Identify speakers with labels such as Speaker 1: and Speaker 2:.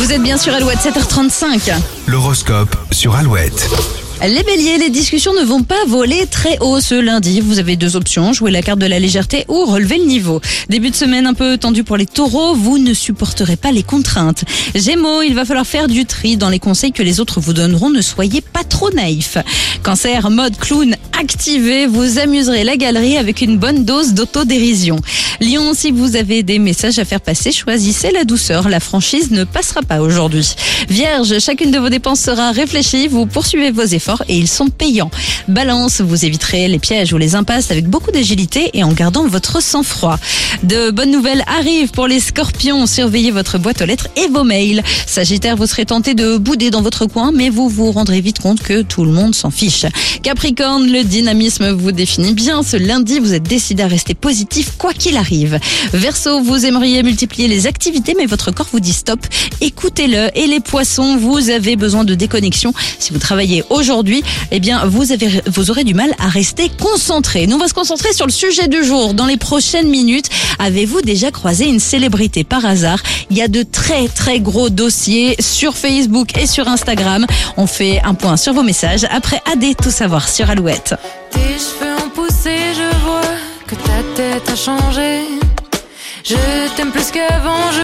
Speaker 1: Vous êtes bien sur Alouette, 7h35.
Speaker 2: L'horoscope sur Alouette.
Speaker 1: Les béliers, les discussions ne vont pas voler très haut ce lundi. Vous avez deux options, jouer la carte de la légèreté ou relever le niveau. Début de semaine un peu tendu pour les taureaux, vous ne supporterez pas les contraintes. Gémeaux, il va falloir faire du tri dans les conseils que les autres vous donneront, ne soyez pas trop naïfs. Cancer, mode clown activé, vous amuserez la galerie avec une bonne dose d'autodérision. Lion, si vous avez des messages à faire passer, choisissez la douceur, la franchise ne passera pas aujourd'hui. Vierge, chacune de vos dépenses sera réfléchie, vous poursuivez vos efforts et ils sont payants. Balance, vous éviterez les pièges ou les impasses avec beaucoup d'agilité et en gardant votre sang-froid. De bonnes nouvelles arrivent pour les scorpions, surveillez votre boîte aux lettres et vos mails. Sagittaire, vous serez tenté de bouder dans votre coin, mais vous vous rendrez vite compte que tout le monde s'en fiche. Capricorne, le dynamisme vous définit bien. Ce lundi, vous êtes décidé à rester positif quoi qu'il arrive. Verseau, vous aimeriez multiplier les activités, mais votre corps vous dit stop. Écoutez-le. Et les poissons, vous avez besoin de déconnexion. Si vous travaillez aujourd'hui, eh bien, vous aurez du mal à rester concentré. Nous, on va se concentrer sur le sujet du jour. Dans les prochaines minutes, avez-vous déjà croisé une célébrité par hasard? Il y a de très, très gros dossiers sur Facebook et sur Instagram. On fait un point sur vos messages. Après AD, tout savoir sur Alouette.
Speaker 3: Tes cheveux ont poussé, je vois que ta tête a changé. Je t'aime plus qu'avant.